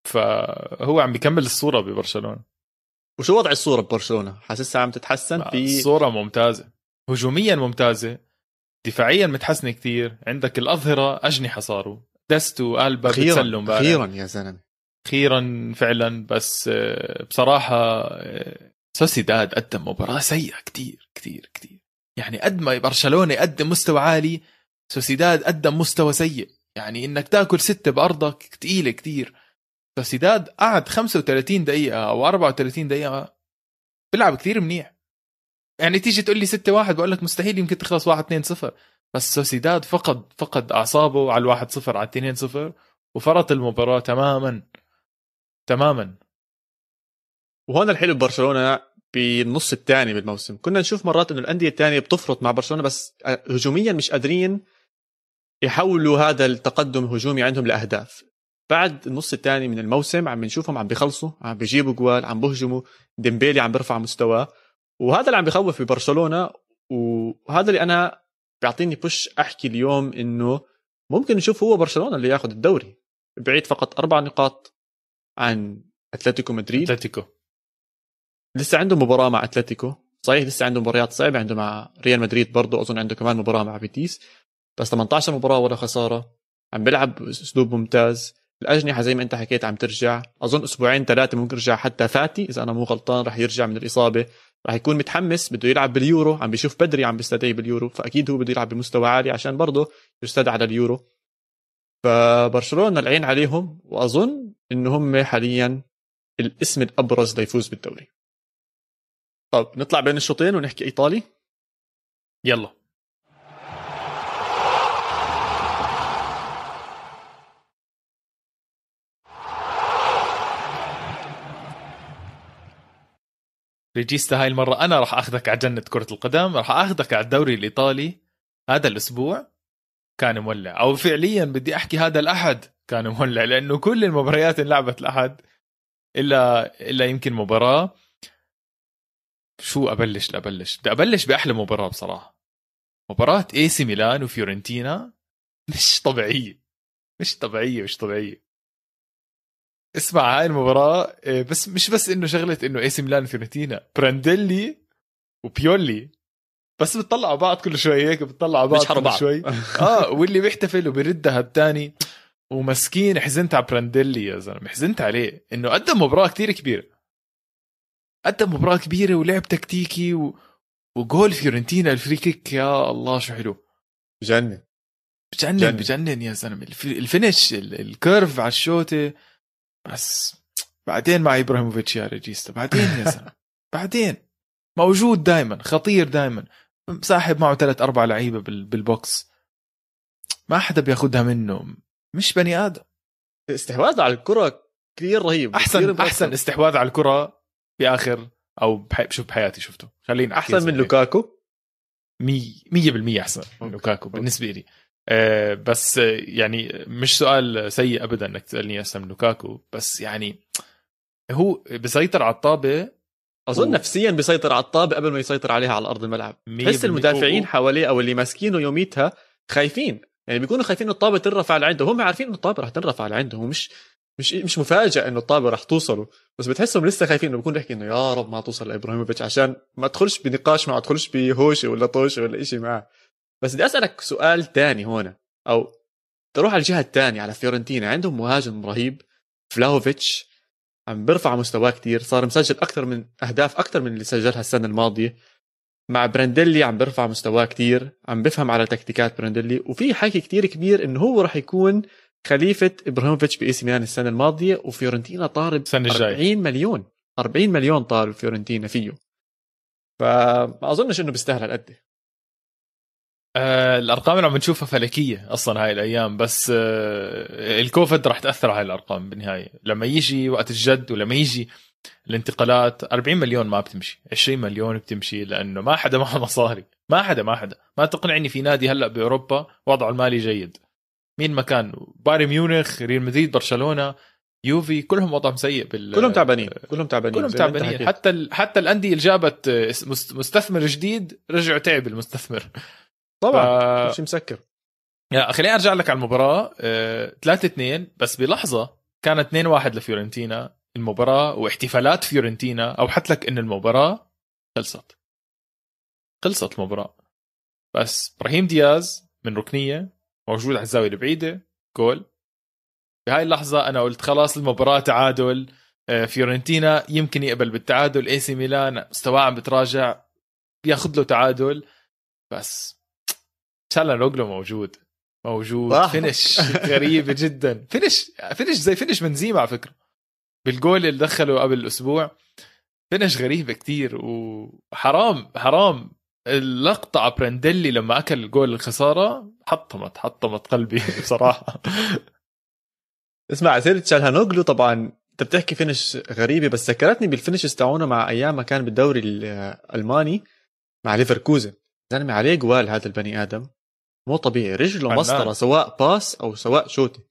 فهو عم بيكمل الصورة ببرشلونة. وشو وضع الصورة ببرشلونة؟ حاسسها عم تتحسن؟ في الصورة ممتازة، هجوميا ممتازة، دفاعيا متحسنة كتير. عندك الأظهرة أجنحة صاروا، دستو قلبة بتسلم بقى. أخيرا يا زلمة، أخيرا فعلا. بس بصراحة سوسيداد قدم مباراة سيئة كتير كتير كتير. يعني قد ما برشلونة قدم مستوى عالي، سوسيداد قدم مستوى سيء. يعني إنك تاكل ستة بأرضك تقيلة كتير. سوسيداد قعد خمسة وثلاثين دقيقة أو أربعة وثلاثين دقيقة بيلعب كتير منيح. يعني تيجي تقول لي ستة واحد بقول لك مستحيل، يمكن تخلص واحد اثنين صفر. بس سوسيداد فقد فقد أعصابه على الواحد صفر على اثنين صفر وفرط المباراة تماما تماما. وهون الحلو ببرشلونة بالنص الثاني بالموسم. كنا نشوف مرات إنه الأندية الثانية بتفرط مع برشلونة، بس هجوميا مش قادرين يحولوا هذا التقدم الهجومي عندهم لأهداف. بعد النص الثاني من الموسم عم نشوفهم عم بيخلصوا، عم بيجيبوا جوال، عم بهجموا، ديمبيلي عم بيرفع مستواه. وهذا اللي عم بيخوف ببرشلونة، وهذا اللي أنا بيعطيني بوش أحكي اليوم إنه ممكن نشوف هو برشلونة اللي ياخد الدوري، بعيد فقط أربع نقاط عن أتلتيكو مدريد. أتلتيكو لسه عنده مباراة مع أتلتيكو، صحيح لسه عنده مباريات صعبة، عنده مع ريال مدريد برضو، أظن عنده كمان مباراة مع بيتيس، بس ثمانية عشر مباراة ولا خسارة. عم بيلعب بأسلوب ممتاز. الأجنحة زي ما أنت حكيت عم ترجع، أظن أسبوعين ثلاثة ممكن يرجع حتى فاتي إذا أنا مو غلطان، رح يرجع من الإصابة، رح يكون متحمس، بده يلعب باليورو، عم بيشوف بدري عم بيستدعي باليورو، فأكيد هو بده يلعب بمستوى عالي عشان برضه يستدعى على اليورو. فبرشلونة العين عليهم، وأظن انه هم حاليا الاسم الابرز ليفوز بالدوري. طب نطلع بين الشوطين ونحكي ايطالي. يلا. ريجيستا، هاي المرة أنا راح أخذك على جنة كرة القدم، راح أخذك على الدوري الإيطالي. هذا الأسبوع كان مولع، أو فعليا بدي أحكي هذا الأحد كان مولع، لأنه كل المباريات انلعبت الأحد إلا إلا يمكن مباراة. شو أبلش لأبلش بدي أبلش بأحلى مباراة بصراحة، مباراة اي سي ميلان وفيورنتينا. مش طبيعية مش طبيعية مش طبيعية. اسمع هاي المباراة، بس مش بس إنه شغلة إنه اي سي ميلان وفيورنتينا، برانديلي وبيولي بس بتطلعوا بعض كل شوي هيك، بتطلعوا بعض كل بعض. شوي اه واللي بيحتفل وبيردها الثاني. ومسكين حزنت على برانديلي يا زلمه، حزنت عليه انه قدم مباراه كتير كبيره، قدم مباراه كبيره ولعب تكتيكي و... وجول فيورنتينا الفري كيك، يا الله شو حلو، بجنن بجنن بجنن, بجنن يا زلمه. الفينش الكيرف على الشوطه، بس بعدين مع ابراهيموفيتش يا ريجيستا، بعدين يا زلمه بعدين موجود دائما، خطير دائما، صاحب معه ثلاث أربع لعيبة بالبوكس، ما حدا بياخدها منه، مش بني آدم. استحواذ على الكرة كثير رهيب، أحسن أحسن استحواذ على الكرة بآخر أو بحي... بشوف بحياتي شفته. خلينا أحسن من لوكاكو، مي مية بالمية أحسن من لوكاكو بالنسبة لي. أه بس يعني مش سؤال سيء أبدا أنك تسألني أحسن من لوكاكو، بس يعني هو بيسيطر على الطابة، أظن و... نفسيا بيسيطر على الطابة قبل ما يسيطر عليها على أرض الملعب. تحس المدافعين و... حواليه أو اللي ماسكينه يوميتها خايفين، يعني بيكونوا خايفين إنه الطابة ترفع لعنده، هم عارفين إنه الطابة راح ترفع لعنده، ومش مش مش مفاجأ إنه الطابة راح توصله، بس بتحسهم لسه خايفين، إنه بيكون يحكي إنه يا رب ما توصل لإبراهيموفيتش عشان ما أدخلش بنقاش معه، أدخلش بهوشة ولا طوشة ولا إشي معه. بس بدي أسألك سؤال تاني هنا، أو تروح على الجهة الثانية على فيورنتينا. عندهم مهاجم رهيب فلاهوفيتش، عم برفع مستواه كتير، صار مسجل أكثر من أهداف أكثر من اللي سجلها السنة الماضية. مع برانديلي عم برفع مستواه كتير، عم بفهم على تكتيكات برانديلي، وفي حكي كتير كبير إنه هو رح يكون خليفة إبراهيموفيتش بإي سي ميلان السنة الماضية. وفيورنتينا طالب أربعين مليون أربعين مليون طالب فيورنتينا فيه، فما أظنش إنه بيستاهل هالقد. آه الأرقام اللي عم نشوفها فلكية أصلا هاي الأيام، بس آه الكوفيد راح تأثر على الأرقام بالنهاية. لما يجي وقت الجد ولما يجي الانتقالات، أربعين مليون ما بتمشي، عشرين مليون بتمشي، لأنه ما حدا معه مصاري، ما حدا ما حدا ما تقنعني في نادي هلأ بأوروبا وضعه المالي جيد. مين مكان؟ بايرن ميونخ، ريال مدريد، برشلونة، يوفي، كلهم وضعهم سيء بال... كلهم تعبانين كلهم تعبانين كلهم تعبانين. حتى ال... حتى الأندية اللي جابت مستثمر جديد رجعوا تعب المستثمر طبعا. ف... شيء مسكر. يا خليني ارجع لك على المباراه. ثلاثة اثنين بس بلحظه كانت اثنين واحد لفيورنتينا المباراه، واحتفالات فيورنتينا اوحت لك ان المباراه خلصت خلصت المباراه. بس ابراهيم دياز من ركنيه موجود على الزاويه البعيده، جول. بهاي اللحظه انا قلت خلاص المباراه تعادل، فيورنتينا يمكن يقبل بالتعادل، اي سي ميلان مستواه عم بتراجع بياخذ له تعادل. بس تشالهانوغلو موجود موجود آه. فينش غريبة جدا، فينش فينش زي فينش بنزيما على فكرة بالجول اللي دخله قبل الأسبوع، فينش غريبة كتير. وحرام حرام اللقطة على برانديلي لما أكل الجول الخسارة، حطمت حطمت قلبي بصراحة. اسمع سيرة تشالهانوغلو، طبعا انت بتحكي فينش غريبة، بس ذكرتني بالفينش استعونه مع أيام ما كان بالدوري الألماني مع ليفركوزن. زلمة عليه جوال هذا البني آدم مو طبيعي، رجله مسطرة سواء باس أو سواء شوتي،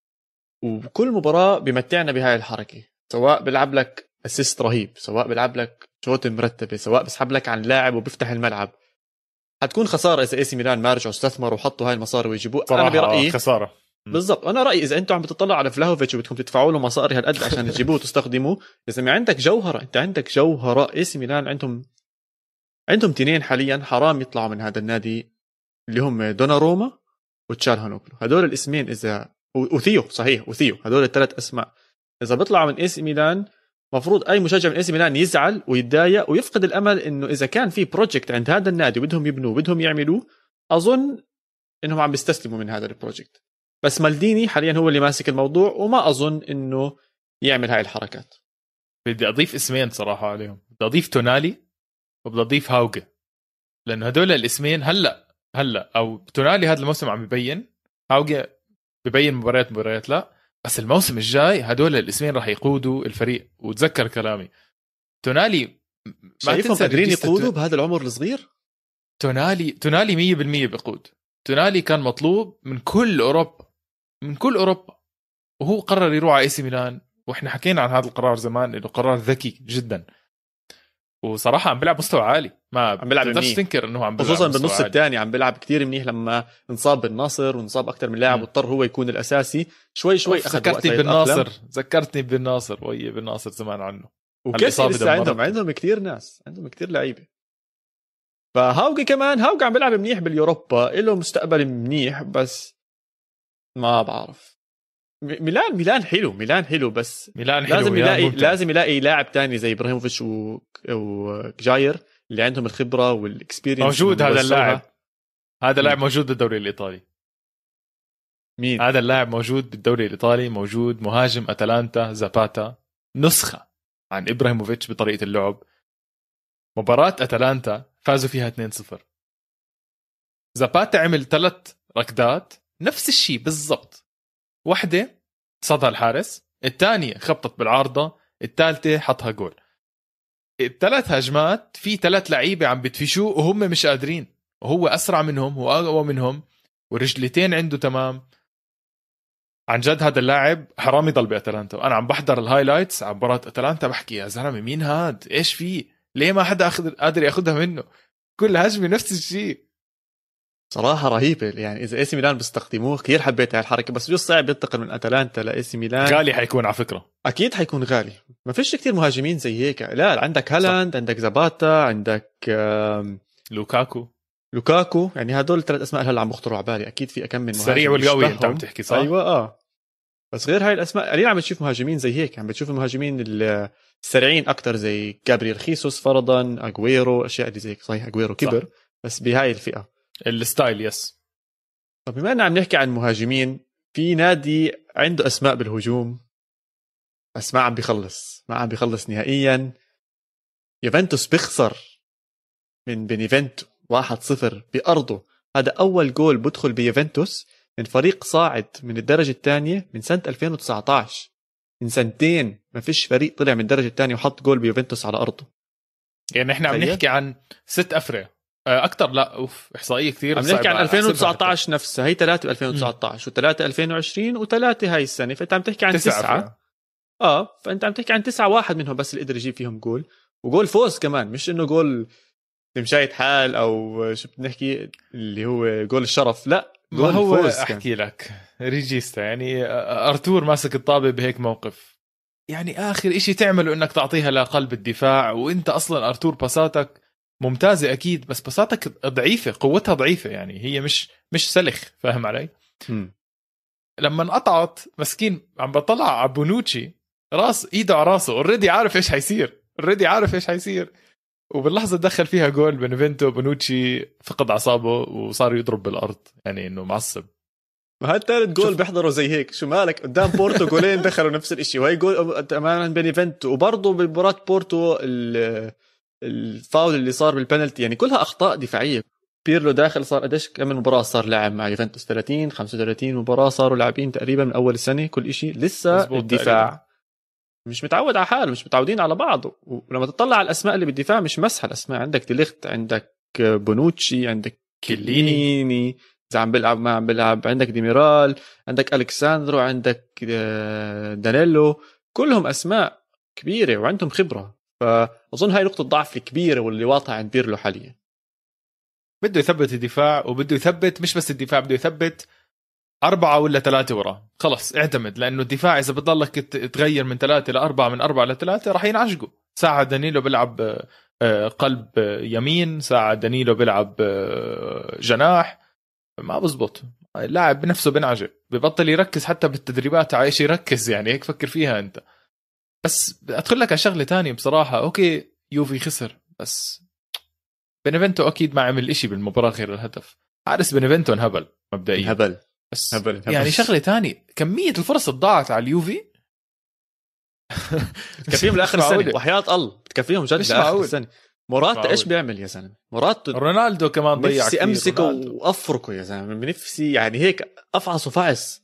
وكل مباراة بيمتعنا بهاي الحركة، سواء بيلعب لك أسيست رهيب، سواء بيلعب لك شوت مرتبة، سواء بيسحب لك عن لاعب وبيفتح الملعب. هتكون خسارة إذا إي سي ميلان ما رجعوا استثمروا وحطوا هاي المصاري ويجيبوه. أنا برأيي خسارة بالضبط. أنا رأيي إذا أنتوا عم بتطلعوا على فلاهوفيتش وبدكم تدفعوا له مصاري هالقد عشان تجيبوه وتستخدموه، إذا ما عندك جوهرة، أنت عندك جوهرة. إي سي ميلان عندهم عندهم تنين حاليا حرام يطلعوا من هذا النادي، اللي هم دوناروما وتشالهانوغلو. هدول الاسمين إذا وثيو صحيح وثيو هدول الثلاث أسماء إذا بيطلعوا من إي سي ميلان، مفروض أي مشجع من إي سي ميلان يزعل ويتضايق ويفقد الأمل إنه إذا كان في بروجكت عند هذا النادي بدهم يبنوه بدهم يعملوه، أظن إنهم عم بيستسلموا من هذا البروجكت. بس مالديني حاليا هو اللي ماسك الموضوع، وما أظن إنه يعمل هاي الحركات. بدي اضيف اسمين صراحه عليهم، بدي اضيف تونالي وبدي اضيف هاوجا، لانه هدول الاسمين هلا هلا او تونالي هذا الموسم عم يبين، هاوجا ببين مباريات مباريات لا، بس الموسم الجاي هدول الاسمين راح يقودوا الفريق. وتذكر كلامي، تونالي شايفهم قادرين يقودوا بهذا العمر الصغير. تونالي تونالي مية بالمية بقود. تونالي كان مطلوب من كل أوروبا، من كل أوروبا، وهو قرر يروح على اي سي ميلان. واحنا حكينا عن هذا القرار زمان انه قرار ذكي جدا، وصراحه عم بيلعب مستوى عالي، ما عم بيلعب منيح تنكر انه عم بيلعب خصوصا بالنص الثاني عم بيلعب كتير منيح. لما انصاب بالناصر وانصاب اكثر من لاعب واضطر هو يكون الاساسي شوي شوي اخذ ذكرتني بالناصر ذكرتني بالناصر وي بالناصر زمان عنه. وكيف لسه عندهم عندهم كتير ناس، عندهم كتير لعيبه. فهاوجي كمان هاوجي عم بيلعب منيح باليوروبا، له مستقبل منيح، بس ما بعرف. ميلان ميلان حلو ميلان حلو بس ميلان حلو لازم يلاقي ممتع. لازم يلاقي لاعب تاني زي ابراهيموفيتش وجاير اللي عندهم الخبره والاكسبيرينس. موجود هذا اللاعب، هذا اللاعب موجود بالدوري الايطالي. مين هذا اللاعب؟ موجود بالدوري الايطالي، موجود مهاجم اتلانتا زاباتا، نسخه عن ابراهيموفيتش بطريقه اللعب. مباراه اتلانتا فازوا فيها اثنين صفر، زاباتا عمل ثلاث ركضات نفس الشيء بالضبط، واحدة صدها الحارس، الثانية خبطت بالعارضة، الثالثة حطها جول. الثلاث هجمات في ثلاث لعيبة عم بتفشوا وهم مش قادرين، وهو أسرع منهم وأقوى منهم ورجلتين عنده تمام. عن جد هذا اللاعب حرام يضل بأتلانتا. وأنا عم بحضر الهايلايتس عن مباراة أتلانتا بحكي يا زلمة مين هاد؟ إيش فيه؟ ليه ما حدا أخذ قادر ياخدها منه؟ كل هجمة نفس الشيء. صراحة رهيبة. يعني إذا إي سي ميلان بيستخدموه كثير حبيت هاي الحركة، بس بجوز صعب ينتقل من أتلانتا لإي سي ميلان. غالي حيكون على فكرة، أكيد حيكون غالي. ما فيش كتير مهاجمين زي هيك. لا عندك هالاند، عندك زاباتا، عندك لوكاكو لوكاكو. يعني هدول الثلاث أسماء هلا عم بخطروا على بالي. أكيد في أكم من مهاجم سريع والقوي أنت عم تحكي صح؟ أيوة آه بس غير هاي الأسماء قليل عم بتشوف مهاجمين زي هيك. عم بتشوف المهاجمين السريعين أكتر زي جابرييل خيسوس فرضا، أغويرو، أشياء اللي زي صحيح أغويرو كبر صح. بس بهاي الفئة الستايل يس. طب بما أننا عم نحكي عن مهاجمين، في نادي عنده أسماء بالهجوم بس ما عم بيخلص ما عم بيخلص نهائيا. يوفنتوس بيخسر من بينيفنتو واحد صفر بأرضه. هذا أول جول بدخل بيوفنتوس من فريق صاعد من الدرجة الثانية من سنة ألفين وتسعة عشر. من سنتين ما فيش فريق طلع من الدرجة الثانية وحط جول بيوفنتوس على أرضه. يعني احنا عم نحكي عن ست أفرع أكتر. لا أوف إحصائية كتير. عم نحكي عن ألفين وتسعة عشر نفسها، هي ثلاثة ألفين وتسعة عشر وثلاثة ألفين وعشرين وثلاثة هاي السنة. فأنت عم تحكي عن تسعة, تسعة. آه فأنت عم تحكي عن تسعة واحد منهم بس اللي قدر يجيب فيهم جول، وجول فوز كمان، مش إنه جول مشاية حال أو شو بنحكي اللي هو جول الشرف. لا ما هو أحكي لك ريجيستا. يعني أرتور ماسك الطابة بهيك موقف، يعني آخر إشي تعمله إنك تعطيها لقلب الدفاع، وإنت أصلا أرتور باساتك ممتازة أكيد بس باساتك ضعيفة، قوتها ضعيفة، يعني هي مش مش سلخ. فاهم علي؟ م. لما انقطعت مسكين عم بطلع على بونوتشي راس إيده على راسه، اوريدي عارف إيش حيصير، اوريدي عارف إيش حيصير، وباللحظة دخل فيها جول. بنفنتو بونوتشي فقد أعصابه وصار يضرب بالأرض، يعني إنه معصب. ما هاد ثالث جول بيحضروا زي هيك. شو مالك قدام بورتو جولين دخلوا نفس الاشي، وهي جول أمانا بينيفنتو. وبرضه بمباراة بورتو الفاول اللي صار بالبنالتي، يعني كلها أخطاء دفاعية. بيرلو داخل صار قديش كم مباراة صار لاعب مع يوفنتوس؟ ثلاثين خمسة وثلاثين مباراة صاروا لاعبين تقريبا من أول السنة. كل إشي لسه الدفاع تقريبا مش متعود على حاله، مش متعودين على بعض. ولما تطلع على الأسماء اللي بالدفاع مش مسحة الأسماء. عندك ديليخت، عندك بونوتشي، عندك كيليني إذا عم بلعب ما عم بلعب، عندك ديميرال، عندك ألكساندرو، عندك دانيلو. كلهم أسماء كبيرة وعندهم خبرة. فأظن هاي نقطة ضعف الكبيرة واللي واضحة عند بيرلو حاليا. بده يثبت الدفاع، وبده يثبت مش بس الدفاع، بده يثبت أربعة ولا ثلاثة وراه. خلص اعتمد، لأنه الدفاع إذا بتضلك تغير من ثلاثة لأربعة من أربعة لثلاثة راح ينعشقوا. ساعة دانيلو بيلعب قلب يمين، ساعة دانيلو بيلعب جناح، ما بزبط. اللاعب بنفسه بنعجب، ببطل يركز حتى بالتدريبات على ايش يركز. يعني هيك فكر فيها انت. بس ادخل لك على شغله تانية بصراحه. اوكي يوفي خسر، بس بنفنتو اكيد ما عمل إشي بالمباراه غير الهدف. حارس بنفنتو انهبل مبدئيا، هبل بس هبل هبل. يعني شغله تانية، كميه الفرص الضاعت على اليوفي بتكفيهم لاخر السنه وحياه الله بتكفيهم جد لاخر السنه. موراتا ايش بيعمل يا زلمه؟ موراتا رونالدو كمان ضيع نفسي امسكه وافركه يا زلمه، بنفسي يعني هيك افعص وفعص.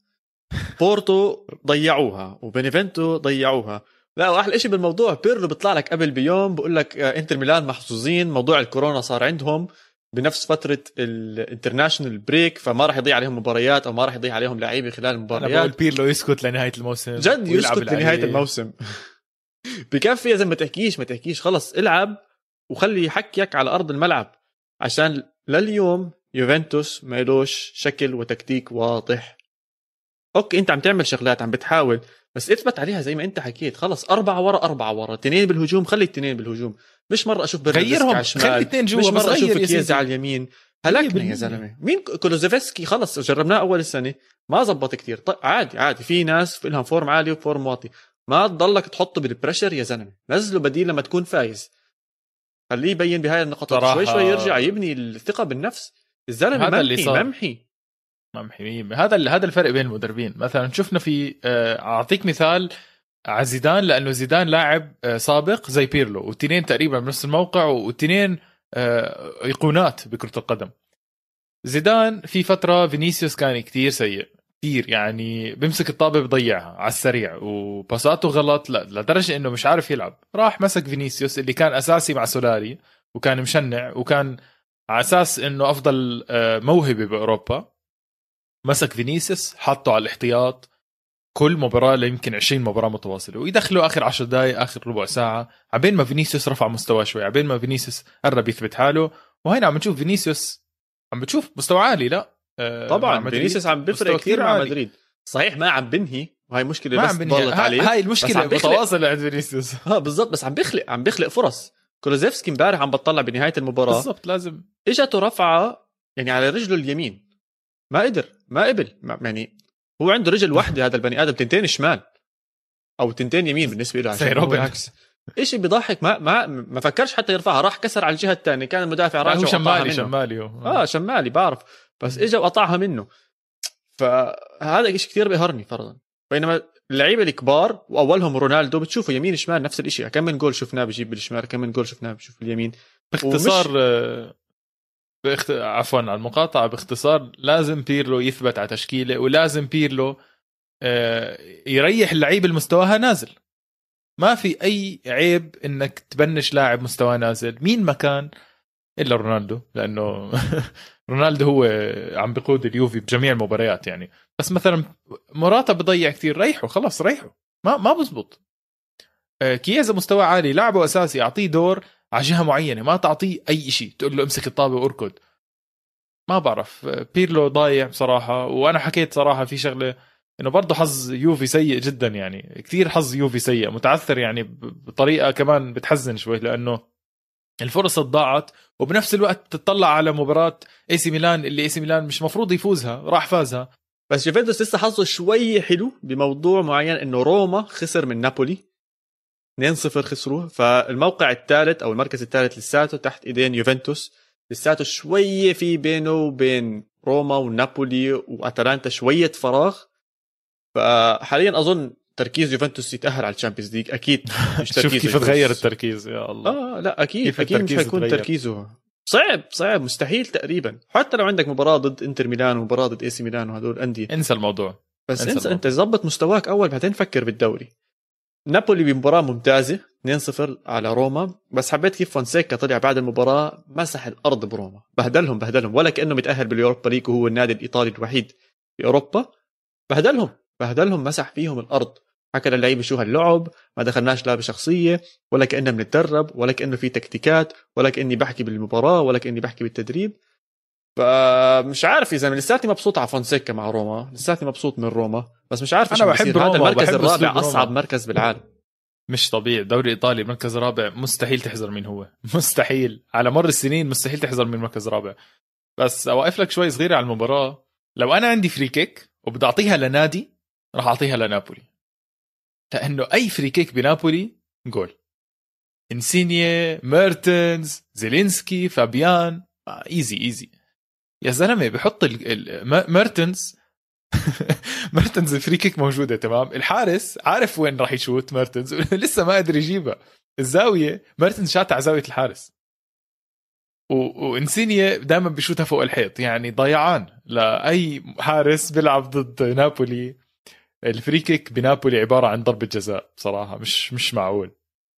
بورتو ضيعوها وبينيفنتو ضيعوها. لا واحلى شيء بالموضوع بيرلو بيطلع لك قبل بيوم بقول لك انتر ميلان محظوظين، موضوع الكورونا صار عندهم بنفس فتره الانترناشنال بريك، فما راح يضيع عليهم مباريات او ما راح يضيع عليهم لعيبه خلال المباريات. انا بقول بيرلو يسكت لنهايه الموسم، جد يسكت لنهايه الموسم. بكفي اذا ما تحكيش ما تحكيش خلص العب وخلي يحكيك على ارض الملعب، عشان لليوم يوفنتوس ما يلوش شكل وتكتيك واضح. اوكي انت عم تعمل شغلات عم بتحاول، بس اثبت عليها زي ما انت حكيت. خلص أربعة ورا أربعة ورا، اثنين بالهجوم، خلي اثنين بالهجوم، مش مرة اشوف غيرهم على الشمال، خلي اثنين جوا، مش مرة اشوف كيزا على اليمين. هلكنا يا زلمه. مين كولوزيفسكي؟ خلص جربناه اول السنه ما زبط كتير. طيب عادي عادي، في ناس في لهم فورم عالي وفورم واطي، ما تضلك تحطه بالبريشر يا زلمه. نزله بديل لما تكون فايز، خليه يبين بهاي النقطات شوي شوي، يرجع يبني الثقه بالنفس. الزلمه ممحي ممحي ممحي هذا هذا الفرق بين المدربين. مثلا شفنا في اعطيك مثال على زيدان، لانه زيدان لاعب سابق زي بيرلو، والتنين تقريبا بنفس الموقع، والتنين ايقونات بكرة القدم. زيدان في فترة فينيسيوس كان كتير سيء كتير، يعني بمسك الطابة بضيعها على السريع وباساته غلط لدرجة انه مش عارف يلعب. راح مسك فينيسيوس اللي كان اساسي مع سولاري وكان مشنع وكان على اساس انه افضل موهبة باوروبا، مسك فينيسيوس حطه على الاحتياط كل مباراة يمكن عشرين مباراة متواصلة، ويدخلوا آخر عشر دقائق آخر ربع ساعة، عبين ما فينيسيوس رفع مستواه شوي، عبين ما فينيسيوس قرب يثبت حاله. وهنا عم نشوف فينيسيوس عم بتشوف مستوى عالي. لا آه طبعا فينيسيوس عم بيفرق كثير مع مدريد. صحيح ما عم بنهي، وهي مشكلة بس ضلت عليه. هاي المشكلة متواصلة عند فينيسيوس. ها بالضبط، بس عم بيخلق عم بيخلق فرص. كولوزيفسكي امبارح عم بتطلع بنهاية المباراة بالضبط، لازم اجته رفعة يعني على رجله اليمين، ما قدر ما قبل يعني. هو عنده رجل واحدة هذا البني آدم، تنتين شمال أو تنتين يمين بالنسبة له، عشان هو عكس. إيش بيضحك، ما ما ما فكرش حتى يرفعها، راح كسر على الجهة الثانية. كان المدافع راجع هو شمالي شمالي هو. آه شمالي بعرف، بس إجا وقطعها منه. فهذا إيش كتير بيهرني فرضا. بينما اللعيبة الكبار وأولهم رونالدو بتشوفوا يمين شمال نفس الإشي. كم من جول شفناه بجيب بالشمال، كم من جول شفناه بشوف اليمين. باختصار ومش... باخت... عفوا على المقاطعة، باختصار لازم بيرلو يثبت على تشكيله، ولازم بيرلو يريح اللعيبه المستواها نازل. ما في اي عيب انك تبنش لاعب مستواه نازل مين ما كان الا رونالدو، لانه رونالدو هو عم بيقود اليوفي بجميع المباريات يعني. بس مثلا موراتا بضيع كتير، ريحه خلاص ريحه، ما ما بزبط. كيزا مستوى عالي، لاعبه اساسي، اعطيه دور على جهه معينه، ما تعطيه اي شيء تقول له امسك الطابه واركض. ما بعرف، بيرلو ضايع بصراحه. وانا حكيت صراحه في شغله انه برضه حظ يوفي سيء جدا، يعني كثير حظ يوفي سيء متعثر يعني بطريقه كمان بتحزن شوي، لانه الفرص ضاعت، وبنفس الوقت تطلع على مباراه اي سي ميلان اللي اي سي ميلان مش مفروض يفوزها راح فازها. بس يوفنتوس لسه حظه شوي حلو بموضوع معين، انه روما خسر من نابولي اثنين صفر خسروه، فالموقع الثالث او المركز الثالث لساته تحت ايدين يوفنتوس. لساته شويه في بينه وبين روما ونابولي واتلانتا شويه فراغ. فحاليا اظن تركيز يوفنتوس يتاهل على الشامبيونز ليج اكيد. مش شوف كيف تغير التركيز يا الله. اه لا اكيد اكيد مش حيكون تغير. تركيزه صعب صعب مستحيل تقريبا. حتى لو عندك مباراه ضد انتر ميلان ومباراه ضد اي سي ميلان وهدول انديه، انسى الموضوع. بس انسى, انسى انت ظبط مستواك اول بعدين فكر بالدوري. نابولي بمباراه ممتازه اثنين صفر على روما، بس حبيت كيف فونسيكا طلع بعد المباراه مسح الارض بروما، بهدلهم بهدلهم ولا كانه متاهل باليوروبا ليج وهو النادي الايطالي الوحيد في اوروبا. بهدلهم بهدلهم مسح فيهم الارض. حكى للعيبه شو هاللعب، ما دخلناش لا بشخصيه ولا كاننا بنتدرب ولا كانه في تكتيكات ولا كاني بحكي بالمباراه ولا كاني بحكي بالتدريب. فمش عارف اذا لساتني مبسوط على فونسيكا مع روما، لساتني مبسوط من روما، بس مش عارف انا بحب هذا المركز الرابع اصعب مركز بالعالم. مش طبيعي. دوري ايطالي مركز رابع مستحيل تحذر مين هو، مستحيل على مر السنين مستحيل تحذر من مركز رابع. بس اوقف لك شوي صغيره على المباراه. لو انا عندي فري كيك وبدي اعطيها لنادي راح اعطيها لنابولي، لانه اي فري كيك بنابولي جول. انسينيه، ميرتنز، زيلينسكي، فابيان، آه ايزي ايزي يا زلمه. بحط ميرتنز ميرتنز الفري كيك موجوده تمام، الحارس عارف وين راح يشوت ميرتنز لسه ما قادر يجيبها، الزاويه ميرتنز شات على زاويه الحارس، وانسينيا دائما بيشوتها فوق الحيط، يعني ضيعان لاي حارس بيلعب ضد نابولي. الفري كيك بنابولي عباره عن ضربه جزاء بصراحه، مش مش معقول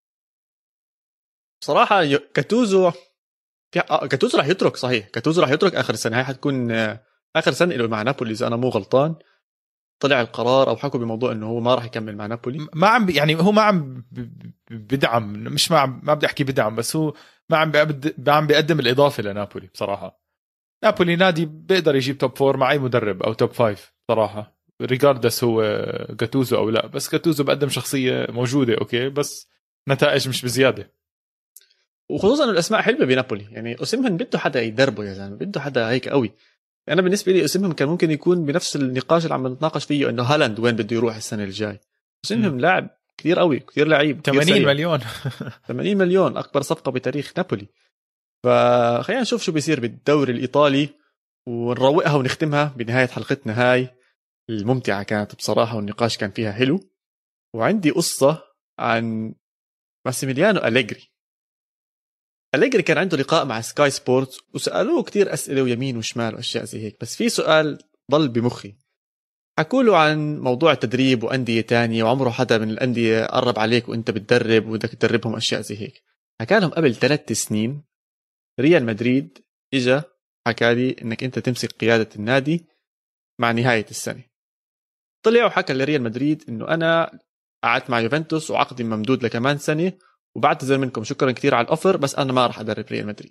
بصراحه. كاتوزو كاتوزو راح يترك، صحيح كاتوزو راح يترك اخر سنه، هاي حتكون اخر سنه له مع نابولي اذا انا مو غلطان. طلع القرار او حكوا بموضوع انه هو ما راح يكمل مع نابولي. ما عم يعني هو ما عم بدعم، مش ما عم ما بدي احكي بدعم، بس هو ما عم بيقدم عم بيقدم الاضافه لنابولي بصراحه. نابولي نادي بيقدر يجيب توب فور مع اي مدرب او توب فايف صراحه، ريغاردس هو جاتوزو او لا، بس جاتوزو بقدم شخصيه موجوده اوكي، بس نتائج مش بزياده. وخصوصا الاسماء حلوه بنابولي، يعني اسمهم بده حدا يدربه يا زلمه، بده حدا هيك قوي. انا بالنسبه لي اسمهم كان ممكن يكون بنفس النقاش اللي عم نتناقش فيه انه هالاند وين بده يروح السنه الجاي. اسمهم لاعب كثير قوي، كثير لعيب، ثمانين مليون ثمانين مليون اكبر صفقه بتاريخ نابولي. فخلينا نشوف شو بيصير بالدوري الايطالي ونروقها ونختمها بنهايه حلقتنا هاي الممتعه كانت بصراحه، والنقاش كان فيها حلو. وعندي قصه عن ماسيميليانو أليجري. أليجري كان عنده لقاء مع سكاي سبورتس وسألوه كتير أسئلة ويمين وشمال وأشياء زي هيك، بس في سؤال ضل بمخي. حكوا له عن موضوع التدريب وأندية تانية، وعمره حدا من الأندية قرب عليك وأنت بتدرب وبدك تدربهم أشياء زي هيك. حكى لهم قبل ثلاث سنين ريال مدريد إجا حكى لي إنك أنت تمسك قيادة النادي مع نهاية السنة. طلع وحكى لريال مدريد إنه أنا قعدت مع يوفنتوس وعقدي ممدود لكمان سنة وبعتذر منكم، شكرا كثير على الأوفر، بس أنا ما راح أدرب ريال مدريد.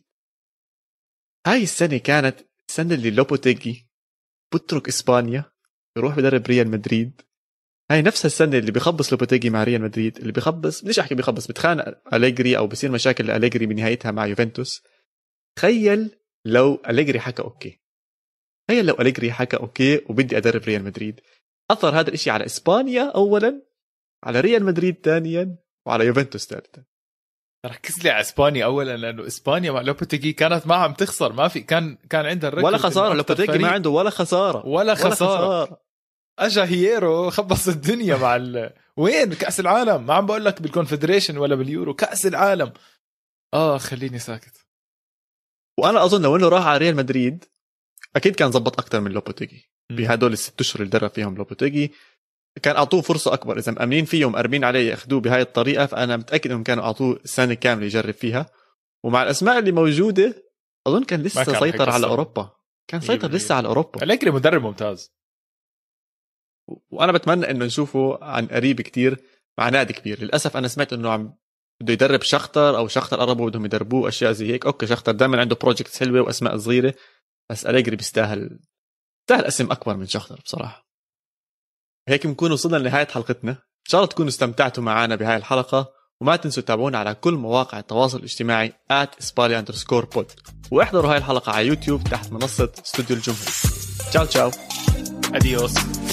هاي السنة كانت السنة اللي لوبوتيجي بترك إسبانيا يروح بدرب ريال مدريد. هاي نفس السنة اللي بيخبص لوبوتيجي مع ريال مدريد، اللي بيخبص بديش أحكي بيخبص بتخانق أليجري أو بصير مشاكل لأليجري بنهايتها مع يوفنتوس. تخيل لو أليجري حكى أوكي، تخيل لو أليجري حكى أوكي وبدي أدرب ريال مدريد، أثر هذا الإشي على إسبانيا أولا، على ريال مدريد ثانيا، وعلى يوفنتوس ثالثا. ركز لي على اسبانيا اولا، لانه اسبانيا مع لوبوتيجي كانت ما عم تخسر، ما في كان كان عندها الركض ولا خساره، لوبوتيجي ما عنده ولا خساره ولا خساره, ولا خسارة. اجا هييرو خبص الدنيا مع ال... وين كاس العالم، ما عم بقول لك بالكونفدريشن ولا باليورو، كاس العالم. اه خليني ساكت. وانا اظن لو انه راح على ريال مدريد اكيد كان زبط اكتر من لوبوتيجي بهدول الست اشهر اللي درب فيهم لوبوتيجي. كان اعطوه فرصه اكبر، اذا مأمنين فيهم قربين عليه ياخذوه بهاي الطريقه، فانا متاكد انهم كانوا اعطوه سنه كامله يجرب فيها. ومع الاسماء اللي موجوده اظن كان لسه كان سيطر على اوروبا، كان سيطر لسه على اوروبا. أليجري مدرب ممتاز، وانا بتمنى انه نشوفه عن قريب كتير مع نادي كبير. للاسف انا سمعت انه عم بده يدرب شختر او شختر قربوا بدهم يدربوه اشياء زي هيك. اوكي شختر دائما عنده بروجكتس حلوه واسماء صغيره، بس أليجري بيستاهل بيستاهل اسم اكبر من شختر بصراحه. هيك بنكون وصلنا لنهايه حلقتنا، ان شاء الله تكونوا استمتعتوا معنا بهاي الحلقه، وما تنسوا تتابعونا على كل مواقع التواصل الاجتماعي آت اسباليا أندرسكور بود، واحضروا هاي الحلقه على يوتيوب تحت منصه استوديو الجمهور. تشاو تشاو، اديوس.